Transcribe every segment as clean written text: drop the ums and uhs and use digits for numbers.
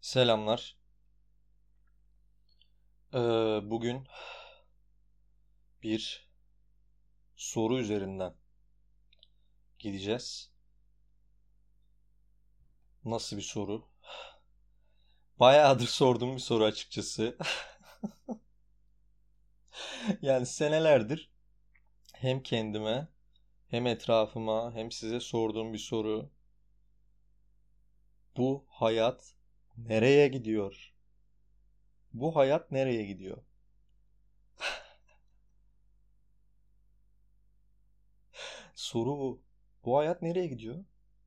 Selamlar. Bugün bir soru üzerinden gideceğiz. Nasıl bir soru? Bayağıdır sorduğum bir soru açıkçası. Yani senelerdir hem kendime hem etrafıma hem size sorduğum bir soru. Bu hayat nereye gidiyor? Bu hayat nereye gidiyor? Soru bu. Bu hayat nereye gidiyor?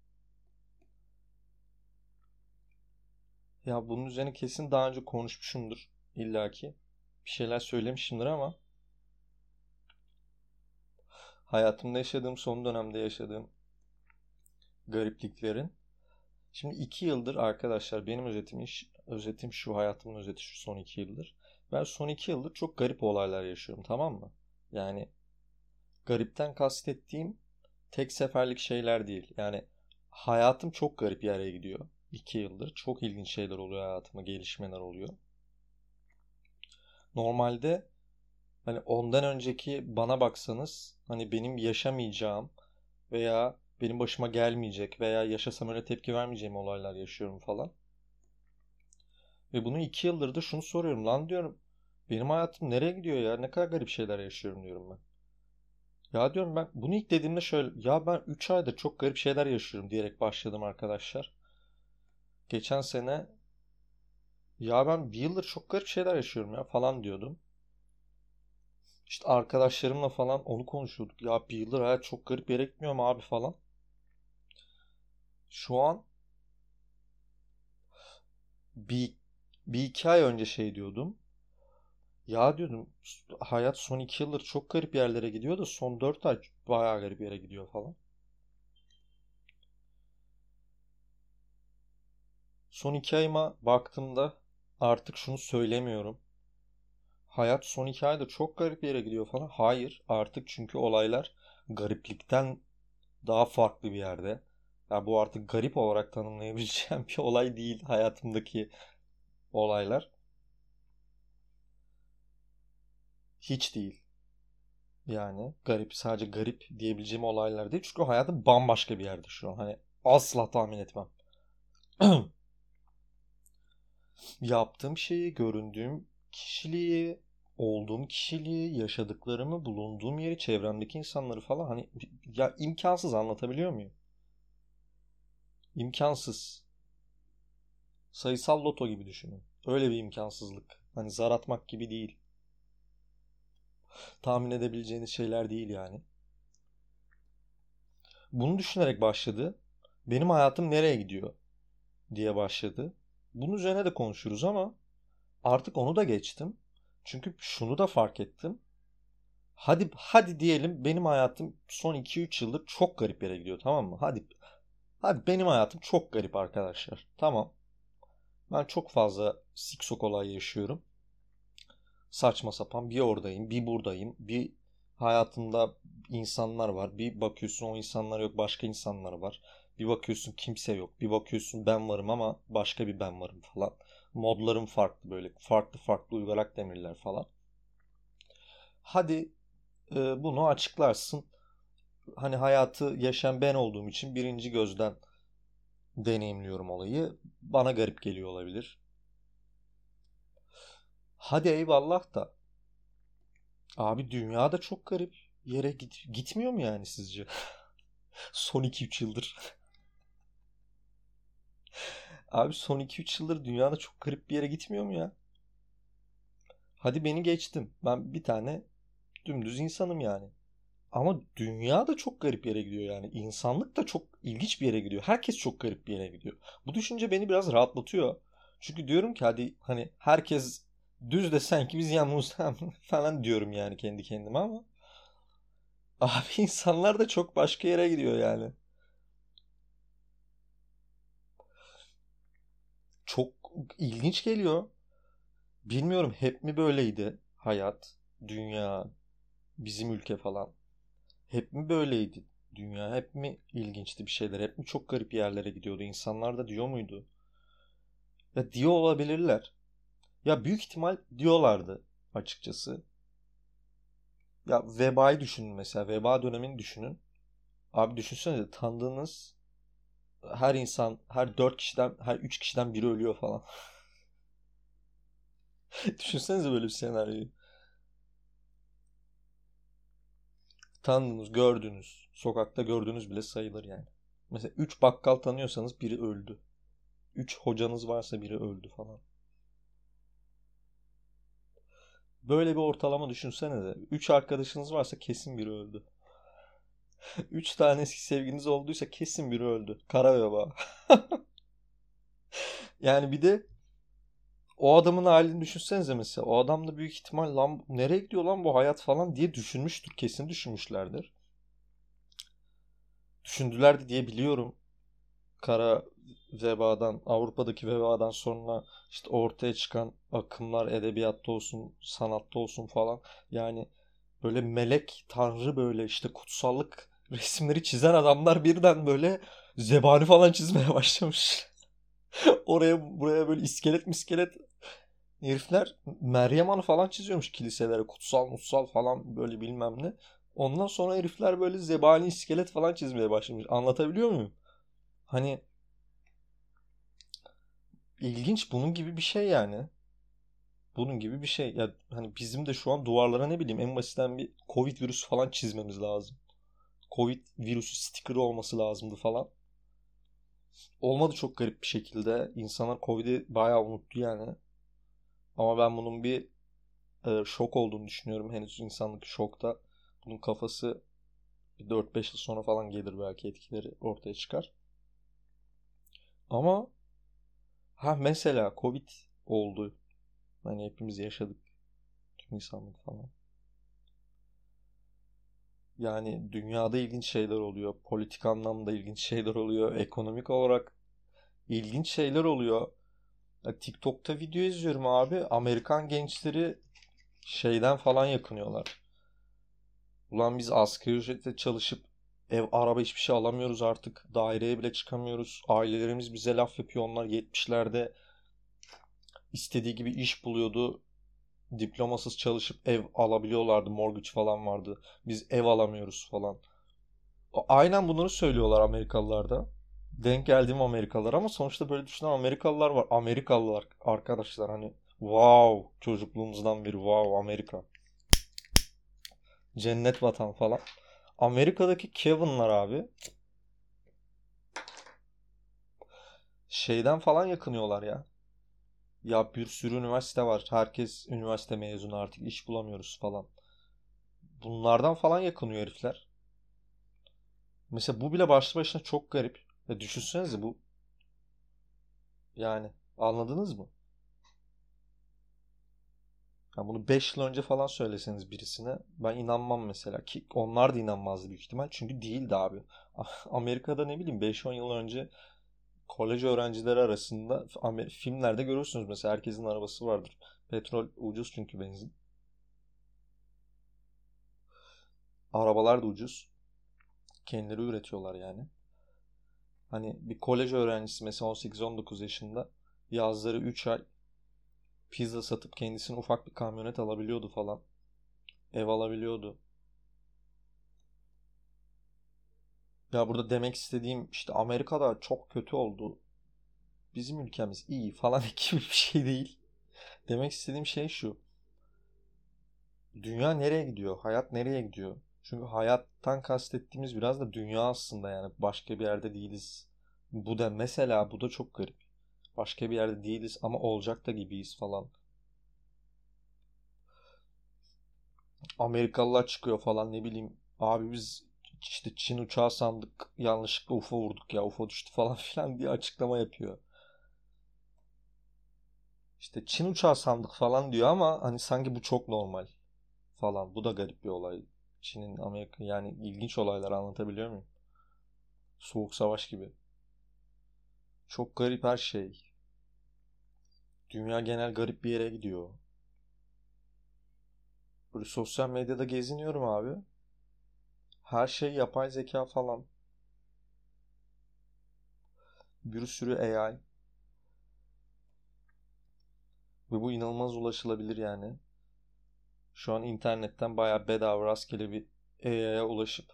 Ya bunun üzerine kesin daha önce konuşmuşumdur illaki. Bir şeyler söylemişimdir ama hayatımda yaşadığım, son dönemde yaşadığım garipliklerin. Şimdi 2 yıldır arkadaşlar benim özetim şu, hayatımın özeti şu son 2 yıldır. Ben son 2 yıldır çok garip olaylar yaşıyorum, tamam mı? Yani garipten kastettiğim tek seferlik şeyler değil. Yani hayatım çok garip yere gidiyor. 2 yıldır çok ilginç şeyler oluyor hayatıma, gelişmeler oluyor. Normalde hani ondan önceki bana baksanız hani benim yaşamayacağım veya benim başıma gelmeyecek veya yaşasam öyle tepki vermeyeceğim olaylar yaşıyorum falan. Ve bunu 2 yıldır da şunu soruyorum. Lan diyorum, benim hayatım nereye gidiyor ya? Ne kadar garip şeyler yaşıyorum diyorum ben. Ya diyorum, ben bunu ilk dediğimde şöyle. Ya ben 3 aydır çok garip şeyler yaşıyorum diyerek başladım arkadaşlar. Geçen sene ya ben bir yıldır çok garip şeyler yaşıyorum ya falan diyordum. İşte arkadaşlarımla falan onu konuşuyorduk. Ya bir yıldır hayat çok garip yere gitmiyor mu abi falan. Şu an bir, bir iki ay önce şey diyordum. Ya diyordum, hayat son 2 yıldır çok garip yerlere gidiyor da son 4 ay bayağı garip yere gidiyor falan. Son 2 ayıma baktığımda artık şunu söylemiyorum. Hayat son 2 ayda çok garip bir yere gidiyor falan. Hayır, artık çünkü olaylar gariplikten daha farklı bir yerde. Ya bu artık garip olarak tanımlayabileceğim bir olay değil hayatımdaki olaylar. Hiç değil. Yani garip, sadece garip diyebileceğim olaylar değil. Çünkü hayatım bambaşka bir yerde şu an. Hani asla tahmin etmem. Yaptığım şeyi, göründüğüm kişiliği, olduğum kişiliği, yaşadıklarımı, bulunduğum yeri, çevremdeki insanları falan hani ya imkansız, anlatabiliyor muyum? İmkansız. Sayısal loto gibi düşünün. Öyle bir imkansızlık. Hani zar atmak gibi değil. Tahmin edebileceğiniz şeyler değil yani. Bunu düşünerek başladı. Benim hayatım nereye gidiyor diye başladı. Bunun üzerine de konuşuruz ama artık onu da geçtim. Çünkü şunu da fark ettim. Hadi diyelim benim hayatım son 2-3 yıldır çok garip yere gidiyor, tamam mı? Hadi benim hayatım çok garip arkadaşlar. Tamam. Ben çok fazla siksok olay yaşıyorum. Saçma sapan bir oradayım, bir buradayım. Bir hayatımda insanlar var. Bir bakıyorsun o insanlar yok, başka insanlar var. Bir bakıyorsun kimse yok. Bir bakıyorsun ben varım ama başka bir ben varım falan. Modlarım farklı, böyle farklı farklı uygarak demirler falan. Hadi bunu açıklarsın. Hani hayatı yaşayan ben olduğum için birinci gözden deneyimliyorum olayı. Bana garip geliyor olabilir. Hadi eyvallah da abi, dünya da çok garip yere gitmiyor mu yani sizce? Son 2-3 yıldır. Abi son 2-3 yıldır dünyada çok garip bir yere gitmiyor mu ya? Hadi beni geçtim. Ben bir tane dümdüz insanım yani. Ama dünya da çok garip yere gidiyor yani. İnsanlık da çok ilginç bir yere gidiyor. Herkes çok garip bir yere gidiyor. Bu düşünce beni biraz rahatlatıyor. Çünkü diyorum ki hadi hani herkes düz de sanki biz yalnız falan diyorum yani kendi kendime ama abi insanlar da çok başka yere gidiyor yani. Çok ilginç geliyor. Bilmiyorum, hep mi böyleydi hayat, dünya, bizim ülke falan? Hep mi böyleydi dünya? Hep mi ilginçti bir şeyler? Hep mi çok garip yerlere gidiyordu? İnsanlar da diyor muydu? Ya diyor olabilirler. Ya büyük ihtimal diyorlardı açıkçası. Ya vebayı düşünün mesela. Veba dönemini düşünün. Abi düşünsenize tanıdığınız her insan, her 4 kişiden, her 3 kişiden biri ölüyor falan. Düşünsenize böyle bir senaryoyu. Tanıdığınız, gördüğünüz, sokakta gördüğünüz bile sayılır yani. Mesela 3 bakkal tanıyorsanız biri öldü. 3 hocanız varsa biri öldü falan. Böyle bir ortalama düşünsenize. 3 arkadaşınız varsa kesin biri öldü. 3 tane eski sevginiz olduysa kesin biri öldü. Kara veba. Yani bir de o adamın halini düşünsenize mesela. O adam da büyük ihtimal lan nereye gidiyor lan bu hayat falan diye düşünmüştür. Kesin düşünmüşlerdir. Düşündülerdi diye biliyorum. Kara vebadan, Avrupa'daki vebadan sonra işte ortaya çıkan akımlar edebiyatta olsun, sanatta olsun falan. Yani böyle melek, tanrı böyle işte kutsallık resimleri çizen adamlar birden böyle zebani falan çizmeye başlamış. Oraya buraya böyle iskelet miskelet herifler Meryem Ana'yı falan çiziyormuş kiliselere. Kutsal mutsal falan böyle bilmem ne. Ondan sonra herifler böyle zebani iskelet falan çizmeye başlamış. Anlatabiliyor muyum? Hani ilginç bunun gibi bir şey yani. Bunun gibi bir şey. Ya hani bizim de şu an duvarlara ne bileyim en basitten bir Covid virüsü falan çizmemiz lazım. Covid virüsü sticker'ı olması lazımdı falan. Olmadı çok garip bir şekilde. İnsanlar Covid'i bayağı unuttu yani. Ama ben bunun bir şok olduğunu düşünüyorum. Henüz insanlık şokta. Bunun kafası 4-5 yıl sonra falan gelir belki etkileri ortaya çıkar. Ama ha mesela Covid oldu. Hani hepimiz yaşadık. Tüm insanlık falan. Yani dünyada ilginç şeyler oluyor. Politik anlamda ilginç şeyler oluyor. Ekonomik olarak ilginç şeyler oluyor. Ya TikTok'ta video izliyorum abi. Amerikan gençleri şeyden falan yakınıyorlar. Ulan biz asgari ücretle çalışıp ev, araba hiçbir şey alamıyoruz artık. Daireye bile çıkamıyoruz. Ailelerimiz bize laf yapıyor. Onlar 70'lerde istediği gibi iş buluyordu. Diplomasız çalışıp ev alabiliyorlardı. Mortgage falan vardı. Biz ev alamıyoruz falan. Aynen bunları söylüyorlar Amerikalılar da. Denk geldiğim Amerikalılar ama sonuçta böyle düşünen Amerikalılar var. Amerikalılar arkadaşlar hani wow çocukluğumuzdan beri wow Amerika. Cennet vatan falan. Amerika'daki Kevin'lar abi şeyden falan yakınıyorlar ya. Ya bir sürü üniversite var. Herkes üniversite mezunu artık iş bulamıyoruz falan. Bunlardan falan yakınıyor herifler. Mesela bu bile başlı başına çok garip. Ya düşünsenize bu yani anladınız mı? Ya bunu 5 yıl önce falan söyleseniz birisine ben inanmam mesela ki onlar da inanmazdı büyük ihtimal çünkü değildi abi. Amerika'da ne bileyim 5-10 yıl önce kolej öğrencileri arasında filmlerde görürsünüz mesela herkesin arabası vardır. Petrol ucuz çünkü benzin. Arabalar da ucuz. Kendileri üretiyorlar yani. Hani bir kolej öğrencisi mesela 18-19 yaşında yazları 3 ay pizza satıp kendisine ufak bir kamyonet alabiliyordu falan. Ev alabiliyordu. Ya burada demek istediğim işte Amerika'da çok kötü oldu. Bizim ülkemiz iyi falan gibi bir şey değil. Demek istediğim şey şu. Dünya nereye gidiyor? Hayat nereye gidiyor? Çünkü hayattan kastettiğimiz biraz da dünya aslında yani başka bir yerde değiliz. Bu da mesela bu da çok garip. Başka bir yerde değiliz ama olacak da gibiyiz falan. Amerikalılar çıkıyor falan ne bileyim. Abi biz işte Çin uçağı sandık yanlışlıkla UFO vurduk ya UFO düştü falan filan diye açıklama yapıyor. İşte Çin uçağı sandık falan diyor ama hani sanki bu çok normal falan. Bu da garip bir olay. Çin'in Amerika yani ilginç olaylar anlatabiliyor muyum? Soğuk savaş gibi. Çok garip her şey. Dünya genel garip bir yere gidiyor. Böyle sosyal medyada geziniyorum abi. Her şey yapay zeka falan. Bir sürü AI. Ve bu inanılmaz ulaşılabilir yani. Şu an internetten bayağı bedava rastgele bir AI'ya ulaşıp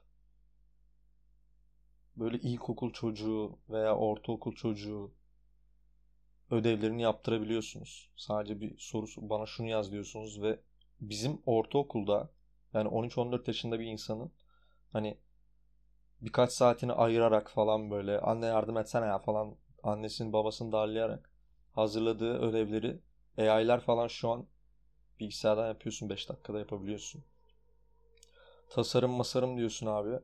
böyle ilkokul çocuğu veya ortaokul çocuğu ödevlerini yaptırabiliyorsunuz. Sadece bir sorusu bana şunu yaz diyorsunuz ve bizim ortaokulda yani 13-14 yaşında bir insanın hani birkaç saatini ayırarak falan böyle anne yardım etsene ya falan annesini babasını darlayarak hazırladığı ödevleri AI'lar falan şu an bilgisayardan yapıyorsun, 5 dakikada yapabiliyorsun. Tasarım masarım diyorsun abi.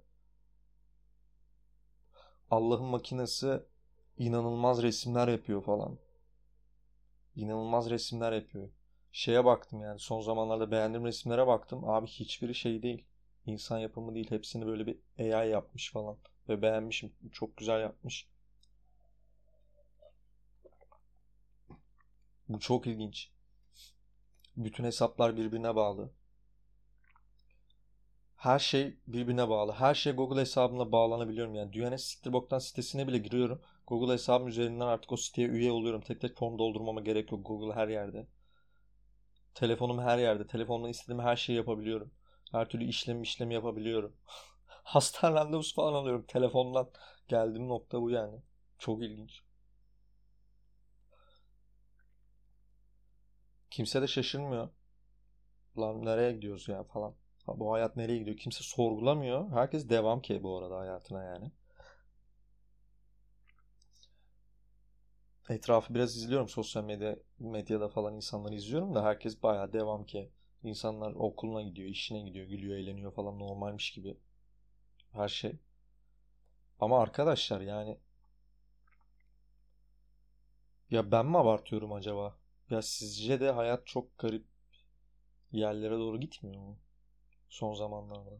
Allah'ın makinesi inanılmaz resimler yapıyor falan. İnanılmaz resimler yapıyor. Şeye baktım yani son zamanlarda beğendiğim resimlere baktım. Abi hiçbiri şey değil. İnsan yapımı değil. Hepsini böyle bir AI yapmış falan. Ve beğenmişim. Çok güzel yapmış. Bu çok ilginç. Bütün hesaplar birbirine bağlı. Her şey birbirine bağlı. Her şey Google hesabımla bağlanabiliyorum yani. Dünyanın Siktirbok'tan sitesine bile giriyorum. Google hesabım üzerinden artık o siteye üye oluyorum. Tek tek form doldurmama gerek yok. Google her yerde. Telefonum her yerde. Telefondan istediğim her şeyi yapabiliyorum. Her türlü işlemi yapabiliyorum. Hastane randevusu falan alıyorum telefondan. Geldiğim nokta bu yani. Çok ilginç. Kimse de şaşırmıyor. Lan nereye gidiyoruz ya falan. Ha, bu hayat nereye gidiyor? Kimse sorgulamıyor. Herkes devam ki bu arada hayatına yani. Etrafı biraz izliyorum. Sosyal medyada falan insanları izliyorum da herkes bayağı devam ki. İnsanlar okuluna gidiyor, işine gidiyor, gülüyor, eğleniyor falan normalmiş gibi her şey. Ama arkadaşlar yani ya ben mi abartıyorum acaba? Ya sizce de hayat çok garip yerlere doğru gitmiyor mu son zamanlarda?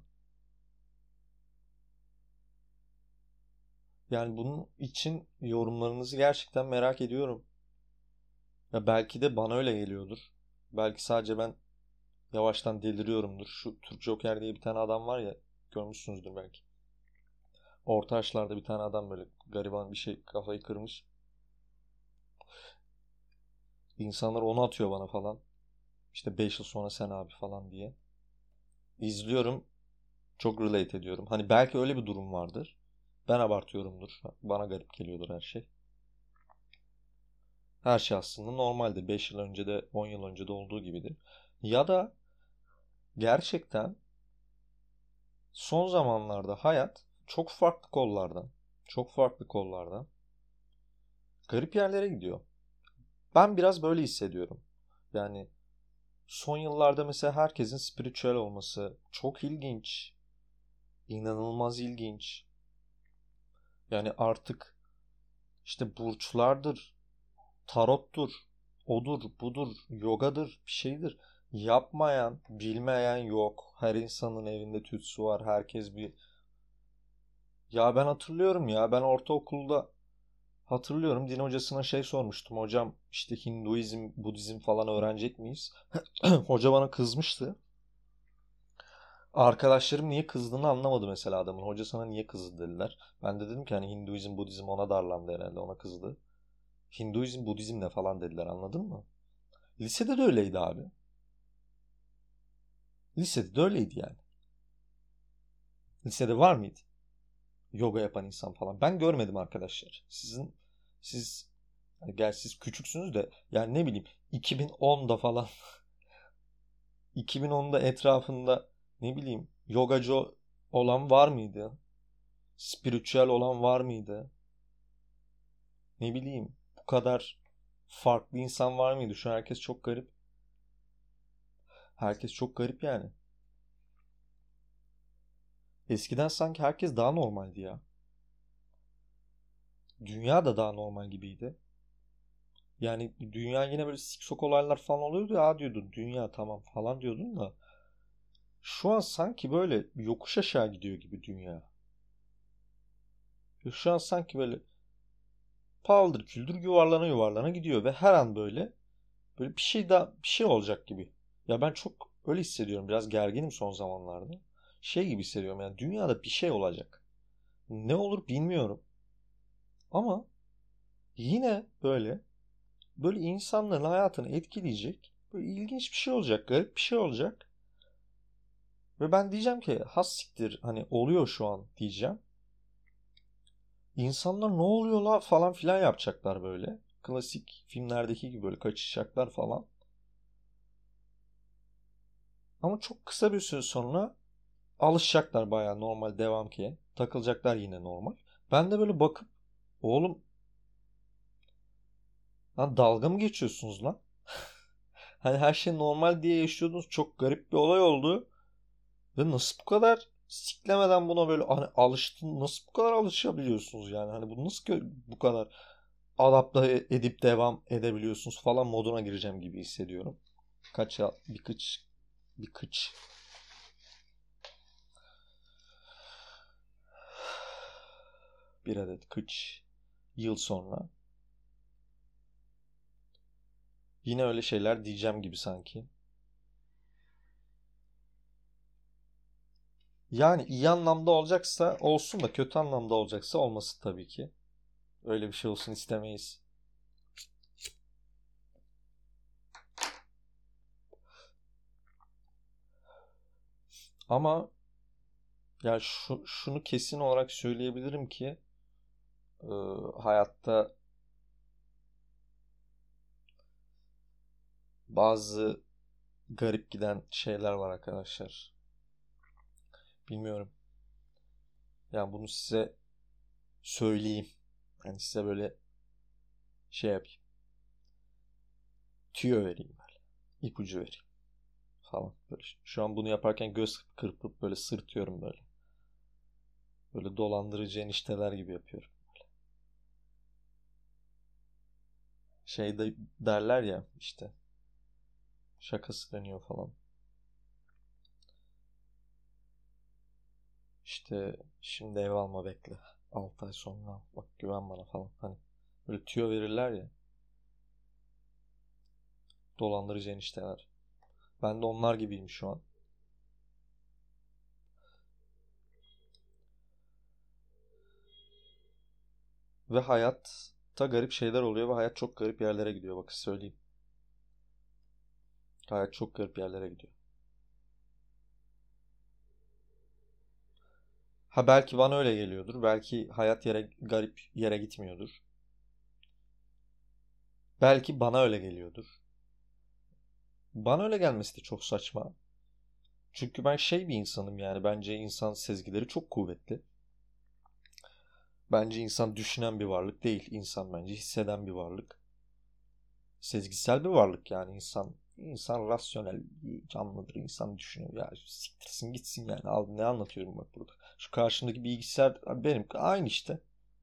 Yani bunun için yorumlarınızı gerçekten merak ediyorum. Ya belki de bana öyle geliyordur. Belki sadece ben yavaştan deliriyorumdur. Şu Türk Joker diye bir tane adam var ya, görmüşsünüzdür belki. Orta yaşlarda bir tane adam böyle gariban bir şey kafayı kırmış. İnsanlar onu atıyor bana falan. İşte 5 yıl sonra sen abi falan diye. İzliyorum, çok relate ediyorum. Hani belki öyle bir durum vardır. Ben abartıyorumdur. Bana garip geliyordur her şey. Her şey aslında normalde 5 yıl önce de 10 yıl önce de olduğu gibidir. Ya da gerçekten son zamanlarda hayat çok farklı kollardan, çok farklı kollardan garip yerlere gidiyor. Ben biraz böyle hissediyorum. Yani son yıllarda mesela herkesin spiritüel olması çok ilginç, inanılmaz ilginç. Yani artık işte burçlardır, tarottur, odur, budur, yogadır, bir şeydir. Yapmayan, bilmeyen yok. Her insanın evinde tütsü var. Herkes bir... Ya ben hatırlıyorum ya. Ben ortaokulda hatırlıyorum. Din hocasına şey sormuştum. Hocam işte Hinduizm, Budizm falan öğrenecek miyiz? Hoca bana kızmıştı. Arkadaşlarım niye kızdığını anlamadı mesela adamın. Hoca sana niye kızdı dediler. Ben de dedim ki hani Hinduizm, Budizm ona darlandı herhalde. Ona kızdı. Hinduizm, Budizm ne falan dediler, anladın mı? Lisede de öyleydi abi. Lisede de öyleydi yani. Lisede var mıydı yoga yapan insan falan? Ben görmedim arkadaşlar. Siz hani gel siz küçüksünüz de yani ne bileyim 2010'da falan 2010'da etrafında ne bileyim yogacı olan var mıydı? Spiritüel olan var mıydı? Ne bileyim bu kadar farklı insan var mıydı? Şu an herkes çok garip. Herkes çok garip yani. Eskiden sanki herkes daha normaldi ya. Dünya da daha normal gibiydi. Yani dünya yine böyle siksok olaylar falan oluyordu ya diyordun dünya tamam falan diyordun da şu an sanki böyle yokuş aşağı gidiyor gibi dünya. Şu an sanki böyle paldır küldür yuvarlana yuvarlana gidiyor ve her an böyle bir şey daha bir şey olacak gibi. Ya ben çok öyle hissediyorum. Biraz gerginim son zamanlarda. Şey gibi hissediyorum yani dünyada bir şey olacak. Ne olur bilmiyorum. Ama yine böyle böyle insanların hayatını etkileyecek böyle ilginç bir şey olacak, garip bir şey olacak. Ve ben diyeceğim ki has siktir hani oluyor şu an diyeceğim. İnsanlar ne oluyor la falan filan yapacaklar böyle. Klasik filmlerdeki gibi böyle kaçışacaklar falan. Ama çok kısa bir süre sonra alışacaklar bayağı normal devam ki. Takılacaklar yine normal. Ben de böyle bakıp oğlum lan dalga mı geçiyorsunuz lan? Hani her şey normal diye yaşıyordunuz. Çok garip bir olay oldu. Ve nasıl bu kadar siklemeden buna böyle hani alıştın, nasıl bu kadar alışabiliyorsunuz yani? Hani bu nasıl bu kadar adapte edip devam edebiliyorsunuz falan moduna gireceğim gibi hissediyorum. Kaç ya bir kıç bir adet kıç yıl sonra yine öyle şeyler diyeceğim gibi sanki. Yani iyi anlamda olacaksa olsun da kötü anlamda olacaksa olmasın tabii ki. Öyle bir şey olsun istemeyiz. Ama ya şunu kesin olarak söyleyebilirim ki e, hayatta bazı garip giden şeyler var arkadaşlar. Bilmiyorum. Yani bunu size söyleyeyim. Yani size böyle şey yapayım. Tüyo vereyim böyle. İpucu vereyim falan. Böyle. Şu an bunu yaparken göz kırpıp böyle sırtıyorum böyle. Böyle dolandırıcı enişteler gibi yapıyorum. Şeyde derler ya işte şakası dönüyor falan. İşte şimdi ev alma bekle. 6 ay sonra bak güven bana falan. Hani böyle tüyo verirler ya dolandırıcı enişteler. Ben de onlar gibiyim şu an. Ve hayatta garip şeyler oluyor ve hayat çok garip yerlere gidiyor. Bakın söyleyeyim. Hayat çok garip yerlere gidiyor. Ha belki bana öyle geliyordur. Belki hayat garip yere gitmiyordur. Belki bana öyle geliyordur. Bana öyle gelmesi de çok saçma. Çünkü ben şey bir insanım yani. Bence insan sezgileri çok kuvvetli. Bence insan düşünen bir varlık değil. İnsan bence hisseden bir varlık. Sezgisel bir varlık yani insan. İnsan rasyonel bir canlıdır. İnsan düşünüyor. Ya siktirsin gitsin yani. Al, ne anlatıyorum bak burada. Şu karşımdaki bilgisayar benim aynı işte.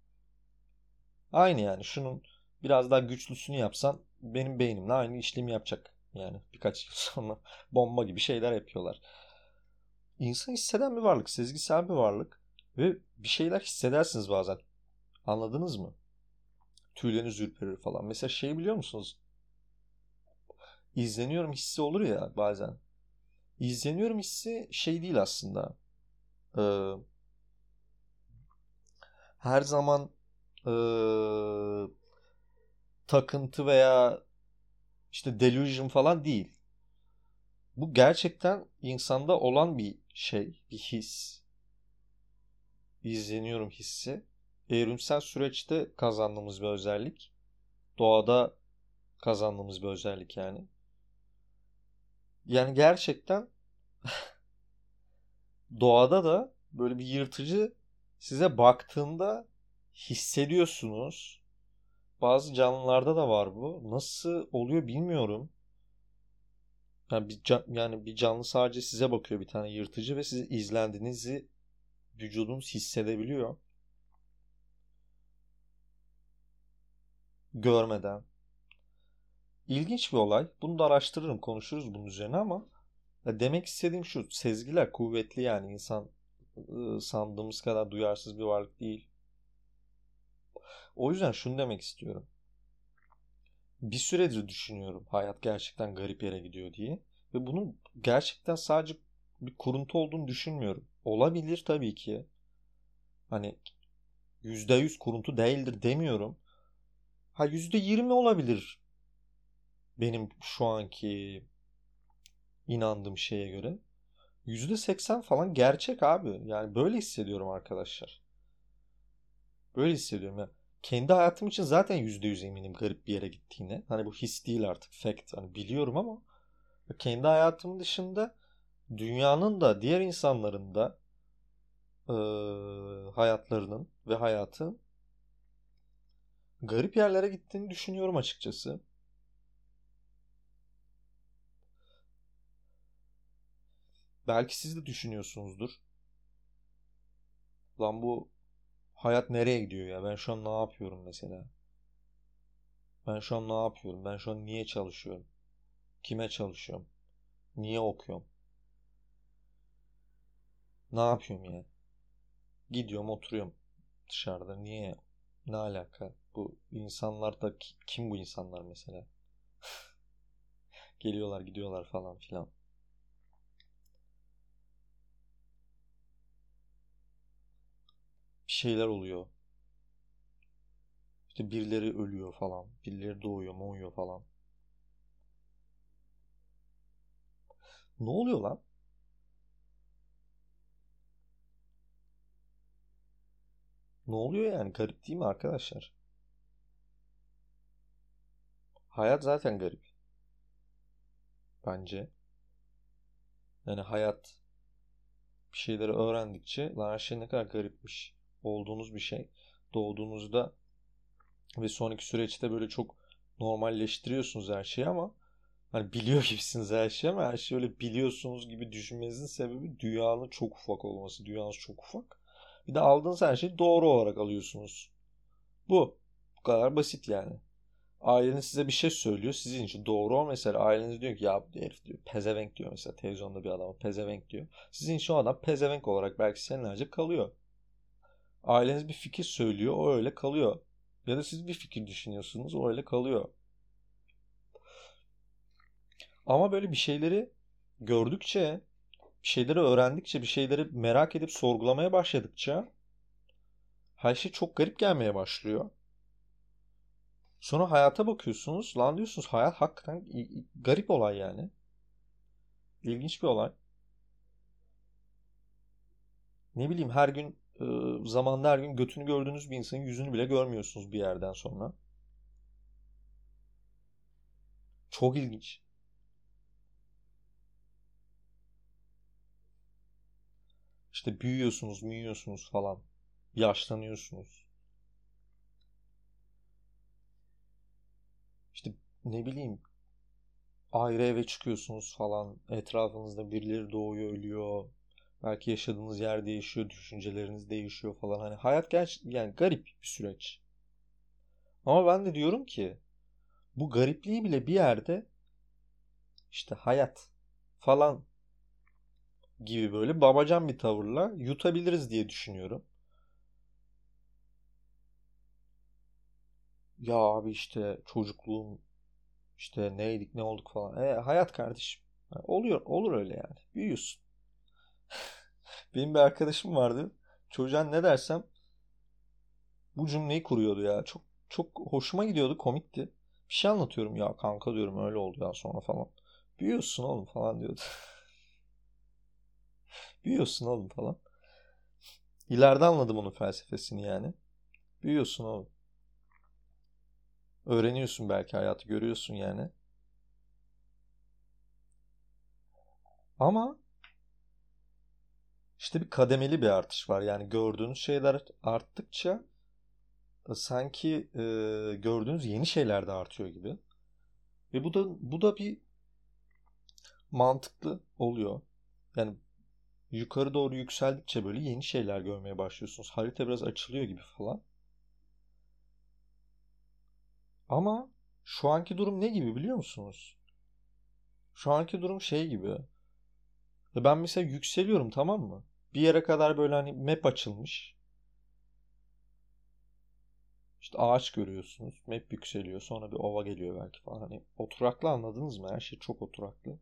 Aynı yani. Şunun biraz daha güçlüsünü yapsan benim beynimle aynı işlemi yapacak. Yani birkaç yıl sonra bomba gibi şeyler yapıyorlar. İnsan hisseden bir varlık. Sezgisel bir varlık. Ve bir şeyler hissedersiniz bazen. Anladınız mı? Tüyleriniz ürperir falan. Mesela şey biliyor musunuz? İzleniyorum hissi olur ya bazen. İzleniyorum hissi şey değil aslında. Ee, her zaman ee, takıntı veya işte delusion falan değil. Bu gerçekten insanda olan bir şey, bir his. İzleniyorum hissi. Evrimsel süreçte kazandığımız bir özellik. Doğada kazandığımız bir özellik yani. Yani gerçekten doğada da böyle bir yırtıcı size baktığında hissediyorsunuz. Bazı canlılarda da var bu. Nasıl oluyor bilmiyorum. Yani yani bir canlı sadece size bakıyor bir tane yırtıcı ve siz izlendiğinizi vücudunuz hissedebiliyor görmeden. İlginç bir olay. Bunu da araştırırım, konuşuruz bunun üzerine ama ya demek istediğim şu. Sezgiler kuvvetli yani insan sandığımız kadar duyarsız bir varlık değil. O yüzden şunu demek istiyorum. Bir süredir düşünüyorum hayat gerçekten garip yere gidiyor diye. Ve bunun gerçekten sadece bir kuruntu olduğunu düşünmüyorum. Olabilir tabii ki. Hani %100 kuruntu değildir demiyorum. Ha %20 olabilir. Benim şu anki inandığım şeye göre %80 falan gerçek abi. Yani böyle hissediyorum arkadaşlar. Böyle hissediyorum ya. Kendi hayatım için zaten %100 eminim garip bir yere gittiğine. Hani bu his değil artık, fact. Hani biliyorum ama kendi hayatım dışında dünyanın da diğer insanların da hayatlarının ve hayatın garip yerlere gittiğini düşünüyorum açıkçası. Belki siz de düşünüyorsunuzdur. Lan bu hayat nereye gidiyor ya? Ben şu an ne yapıyorum mesela? Ben şu an ne yapıyorum? Ben şu an niye çalışıyorum? Kime çalışıyorum? Niye okuyorum? Ne yapıyorum ya? Gidiyorum oturuyorum dışarıda. Niye? Ne alaka? Bu insanlar da kim bu insanlar mesela? Geliyorlar gidiyorlar falan filan. Bir şeyler oluyor. İşte birileri ölüyor falan. Birileri doğuyor, moğuyor falan. Ne oluyor lan? Ne oluyor yani? Garip değil mi arkadaşlar? Hayat zaten garip bence. Yani hayat bir şeyleri öğrendikçe lan her şey ne kadar garipmiş olduğunuz bir şey. Doğduğunuzda ve sonraki süreçte böyle çok normalleştiriyorsunuz her şeyi ama hani biliyor gibisiniz her şeyi ama her şeyi öyle biliyorsunuz gibi düşünmenizin sebebi dünyanın çok ufak olması. Dünyanız çok ufak. Bir de aldığınız her şeyi doğru olarak alıyorsunuz. Bu. Bu kadar basit yani. Aileniz size bir şey söylüyor. Sizin için doğru o mesela. Aileniz diyor ki ya bu herif diyor. Pezevenk diyor mesela. Televizyonda bir adama pezevenk diyor. Sizin için o adam pezevenk olarak belki senelerce kalıyor. Aileniz bir fikir söylüyor. O öyle kalıyor. Ya da siz bir fikir düşünüyorsunuz. O öyle kalıyor. Ama böyle bir şeyleri gördükçe, bir şeyleri öğrendikçe, bir şeyleri merak edip sorgulamaya başladıkça her şey çok garip gelmeye başlıyor. Sonra hayata bakıyorsunuz. Lan diyorsunuz hayat hakikaten garip olay yani. İlginç bir olay. Ne bileyim her gün zamanda her gün götünü gördüğünüz bir insanın yüzünü bile görmüyorsunuz bir yerden sonra. Çok ilginç. İşte büyüyorsunuz falan. Yaşlanıyorsunuz. İşte ne bileyim ayrı eve çıkıyorsunuz falan. Etrafınızda birileri doğuyor, ölüyor. Belki yaşadığınız yer değişiyor, düşünceleriniz değişiyor falan. Hani hayat yani garip bir süreç. Ama ben de diyorum ki bu garipliği bile bir yerde işte hayat falan gibi böyle babacan bir tavırla yutabiliriz diye düşünüyorum. Ya abi işte çocukluğum işte neydik ne olduk falan. Hayat kardeşim. Oluyor olur öyle yani. Büyüyorsun. Benim bir arkadaşım vardı. Çocuğa ne dersem bu cümleyi kuruyordu ya. Çok çok hoşuma gidiyordu, komikti. Bir şey anlatıyorum ya kanka diyorum öyle oldu ya sonra falan. Büyüyorsun oğlum falan diyordu. Büyüyorsun oğlum falan. İleride anladım onun felsefesini yani. Büyüyorsun oğlum. Öğreniyorsun belki hayatı görüyorsun yani. Ama işte bir kademeli bir artış var. Yani gördüğünüz şeyler arttıkça sanki gördüğünüz yeni şeyler de artıyor gibi. Ve bu da bir mantıklı oluyor. Yani yukarı doğru yükseldikçe böyle yeni şeyler görmeye başlıyorsunuz. Harita biraz açılıyor gibi falan. Ama şu anki durum ne gibi biliyor musunuz? Şu anki durum şey gibi. Ben mesela yükseliyorum, tamam mı? Bir yere kadar böyle hani map açılmış. İşte ağaç görüyorsunuz. Map yükseliyor. Sonra bir ova geliyor belki falan. Hani oturaklı, anladınız mı? Her şey çok oturaklı.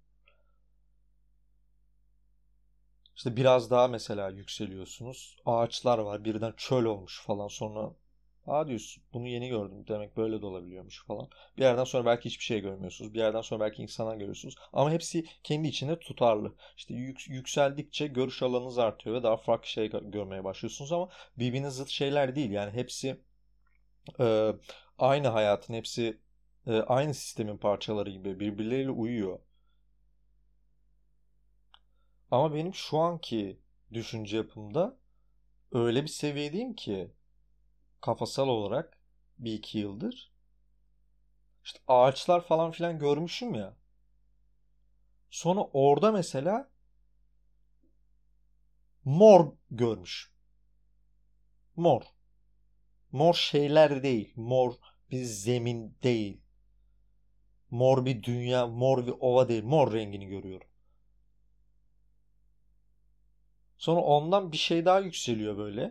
İşte biraz daha mesela yükseliyorsunuz. Ağaçlar var. Birden çöl olmuş falan. Sonra Aa diyorsun, bunu yeni gördüm. Demek böyle de olabiliyormuş falan. Bir yerden sonra belki hiçbir şey görmüyorsunuz. Bir yerden sonra belki insanlar görüyorsunuz. Ama hepsi kendi içinde tutarlı. İşte yükseldikçe görüş alanınız artıyor ve daha farklı şey görmeye başlıyorsunuz ama birbirine zıt şeyler değil. Yani hepsi e, aynı hayatın, hepsi aynı sistemin parçaları gibi birbirleriyle uyuyor. Ama benim şu anki düşünce yapımda öyle bir seviyedeyim ki kafasal olarak bir iki yıldır işte ağaçlar falan filan görmüşüm ya. Sonra orada mesela mor görmüş. Mor. Mor şeyler değil. Mor bir zemin değil. Mor bir dünya, mor bir ova değil. Mor rengini görüyorum. Sonra ondan bir şey daha yükseliyor böyle.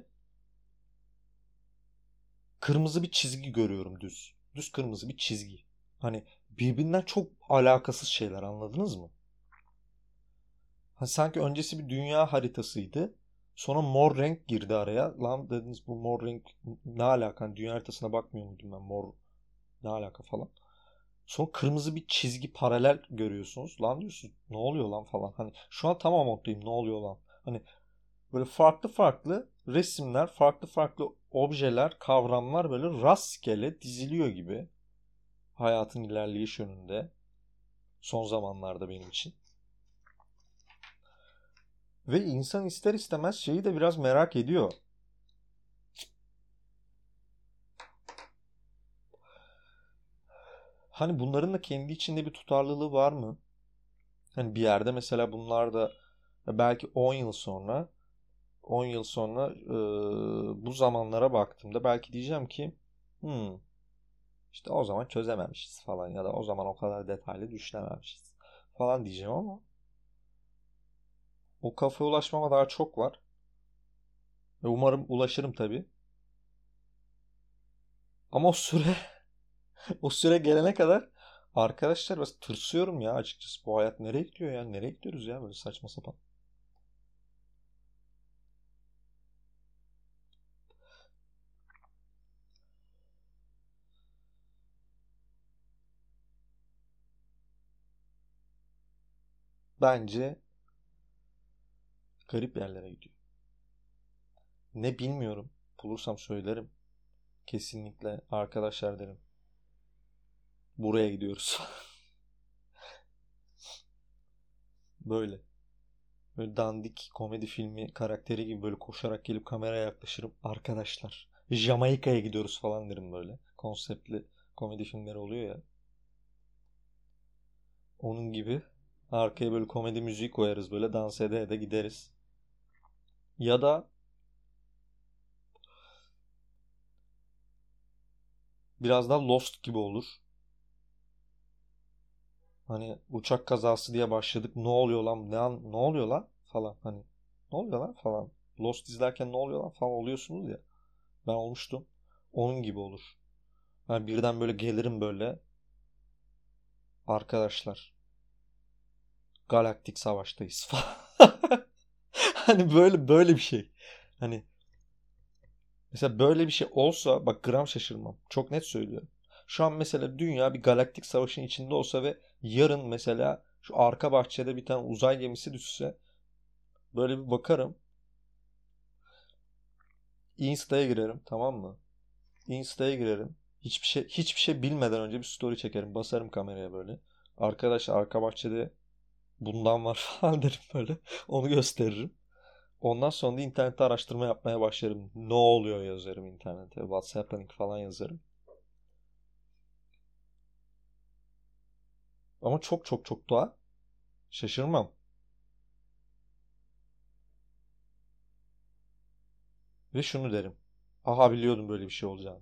Kırmızı bir çizgi görüyorum düz. Düz kırmızı bir çizgi. Hani birbirinden çok alakasız şeyler, anladınız mı? Hani sanki öncesi bir dünya haritasıydı. Sonra mor renk girdi araya. Lan dediniz, bu mor renk ne alaka? Hani dünya haritasına bakmıyor muydum ben? Mor ne alaka falan. Sonra kırmızı bir çizgi paralel görüyorsunuz. Lan diyorsun, ne oluyor lan falan. Hani şu an tamam moddayım, ne oluyor lan. Hani böyle farklı farklı resimler, farklı farklı objeler, kavramlar böyle rastgele diziliyor gibi. Hayatın ilerleyiş yönünde. Son zamanlarda benim için. Ve insan ister istemez şeyi de biraz merak ediyor. Hani bunların da kendi içinde bir tutarlılığı var mı? Hani bir yerde mesela bunlar da belki 10 yıl sonra 10 yıl sonra bu zamanlara baktığımda belki diyeceğim ki işte o zaman çözememişiz falan ya da o zaman o kadar detaylı düşünememişiz falan diyeceğim ama o kafaya ulaşmama daha çok var. Ve umarım ulaşırım tabii. Ama o süre gelene kadar arkadaşlar, biraz tırsıyorum ya açıkçası. Bu hayat nereye gidiyor ya? Nereye gidiyoruz ya böyle saçma sapan? Bence garip yerlere gidiyor. Ne bilmiyorum. Bulursam söylerim. Kesinlikle arkadaşlar derim. Buraya gidiyoruz. Böyle. Böyle dandik komedi filmi karakteri gibi böyle koşarak gelip kameraya yaklaşırım. Arkadaşlar, Jamaika'ya gidiyoruz falan derim böyle. Konseptli komedi filmleri oluyor ya. Onun gibi arkaya böyle komedi müziği koyarız, böyle dans ede ede gideriz. Ya da biraz daha Lost gibi olur. Hani uçak kazası diye başladık. Ne oluyor lan? Ne oluyor lan falan. Hani ne oluyor lan falan. Lost izlerken ne oluyor lan falan oluyorsunuz ya. Ben olmuştum. Onun gibi olur. Hani birden böyle gelirim böyle. Arkadaşlar, galaktik savaştayız falan. Hani böyle bir şey. Hani mesela böyle bir şey olsa bak, gram şaşırmam. Çok net söylüyorum. Şu an mesela dünya bir galaktik savaşın içinde olsa ve yarın mesela şu arka bahçede bir tane uzay gemisi düşse, böyle bir bakarım. Insta'ya girerim, tamam mı? Insta'ya girerim. Hiçbir şey bilmeden önce bir story çekerim. Basarım kameraya böyle. Arkadaş, arka bahçede bundan var falan derim böyle. Onu gösteririm. Ondan sonra da internette araştırma yapmaya başlarım. Ne oluyor yazarım internete. What's happening falan yazarım. Ama çok çok çok daha şaşırmam. Ve şunu derim. Aha, biliyordum böyle bir şey olacağını.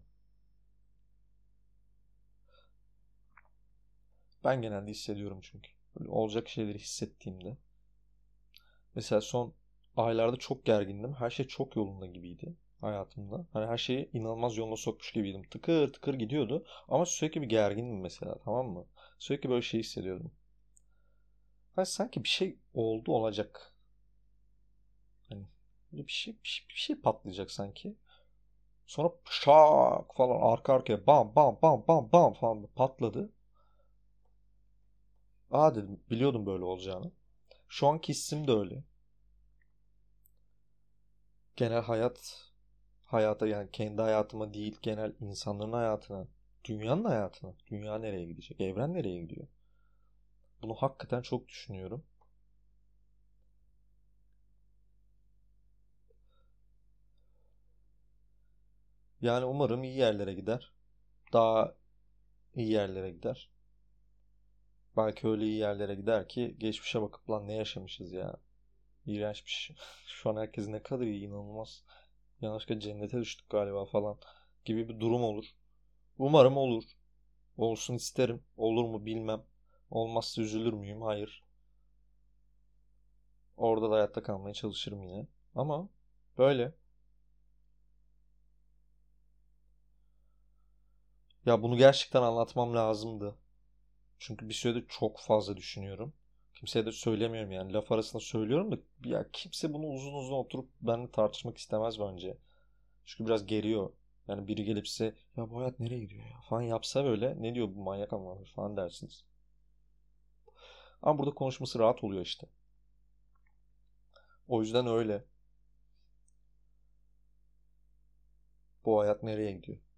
Ben genelde hissediyorum çünkü. Böyle olacak şeyleri hissettiğimde. Mesela son aylarda çok gergindim. Her şey çok yolunda gibiydi hayatımda. Hani her şeyi inanılmaz yoluna sokmuş gibiydim. Tıkır tıkır gidiyordu. Ama sürekli bir gergindim mesela, tamam mı? Sürekli böyle şey hissediyordum. Hani sanki bir şey oldu, olacak. Hani böyle bir şey patlayacak sanki. Sonra şak falan arka arkaya bam bam bam bam bam falan patladı. Aa dedim, biliyordum böyle olacağını. Şu anki hissim de öyle. Genel hayata, yani kendi hayatıma değil, genel insanların hayatına, dünyanın hayatına. Dünya nereye gidecek? Evren nereye gidiyor? Bunu hakikaten çok düşünüyorum. Yani umarım iyi yerlere gider. Daha iyi yerlere gider. Belki öyle iyi yerlere gider ki geçmişe bakıp lan ne yaşamışız ya. İğrenç bir şey. Şu an herkes ne kadar iyi, inanılmaz. Yanlışlıkla cennete düştük galiba falan gibi bir durum olur. Umarım olur. Olsun isterim. Olur mu bilmem. Olmazsa üzülür müyüm? Hayır. Orada da hayatta kalmaya çalışırım yine. Ama böyle. Ya bunu gerçekten anlatmam lazımdı. Çünkü bir süredir çok fazla düşünüyorum. Kimseye de söylemiyorum yani. Laf arasında söylüyorum da ya kimse bunu uzun uzun oturup benimle tartışmak istemez bence. Çünkü biraz geriyor. Yani biri gelip size ya bu hayat nereye gidiyor ya falan yapsa böyle ne diyor bu manyak ama falan dersiniz. Ama burada konuşması rahat oluyor işte. O yüzden öyle. Bu hayat nereye gidiyor?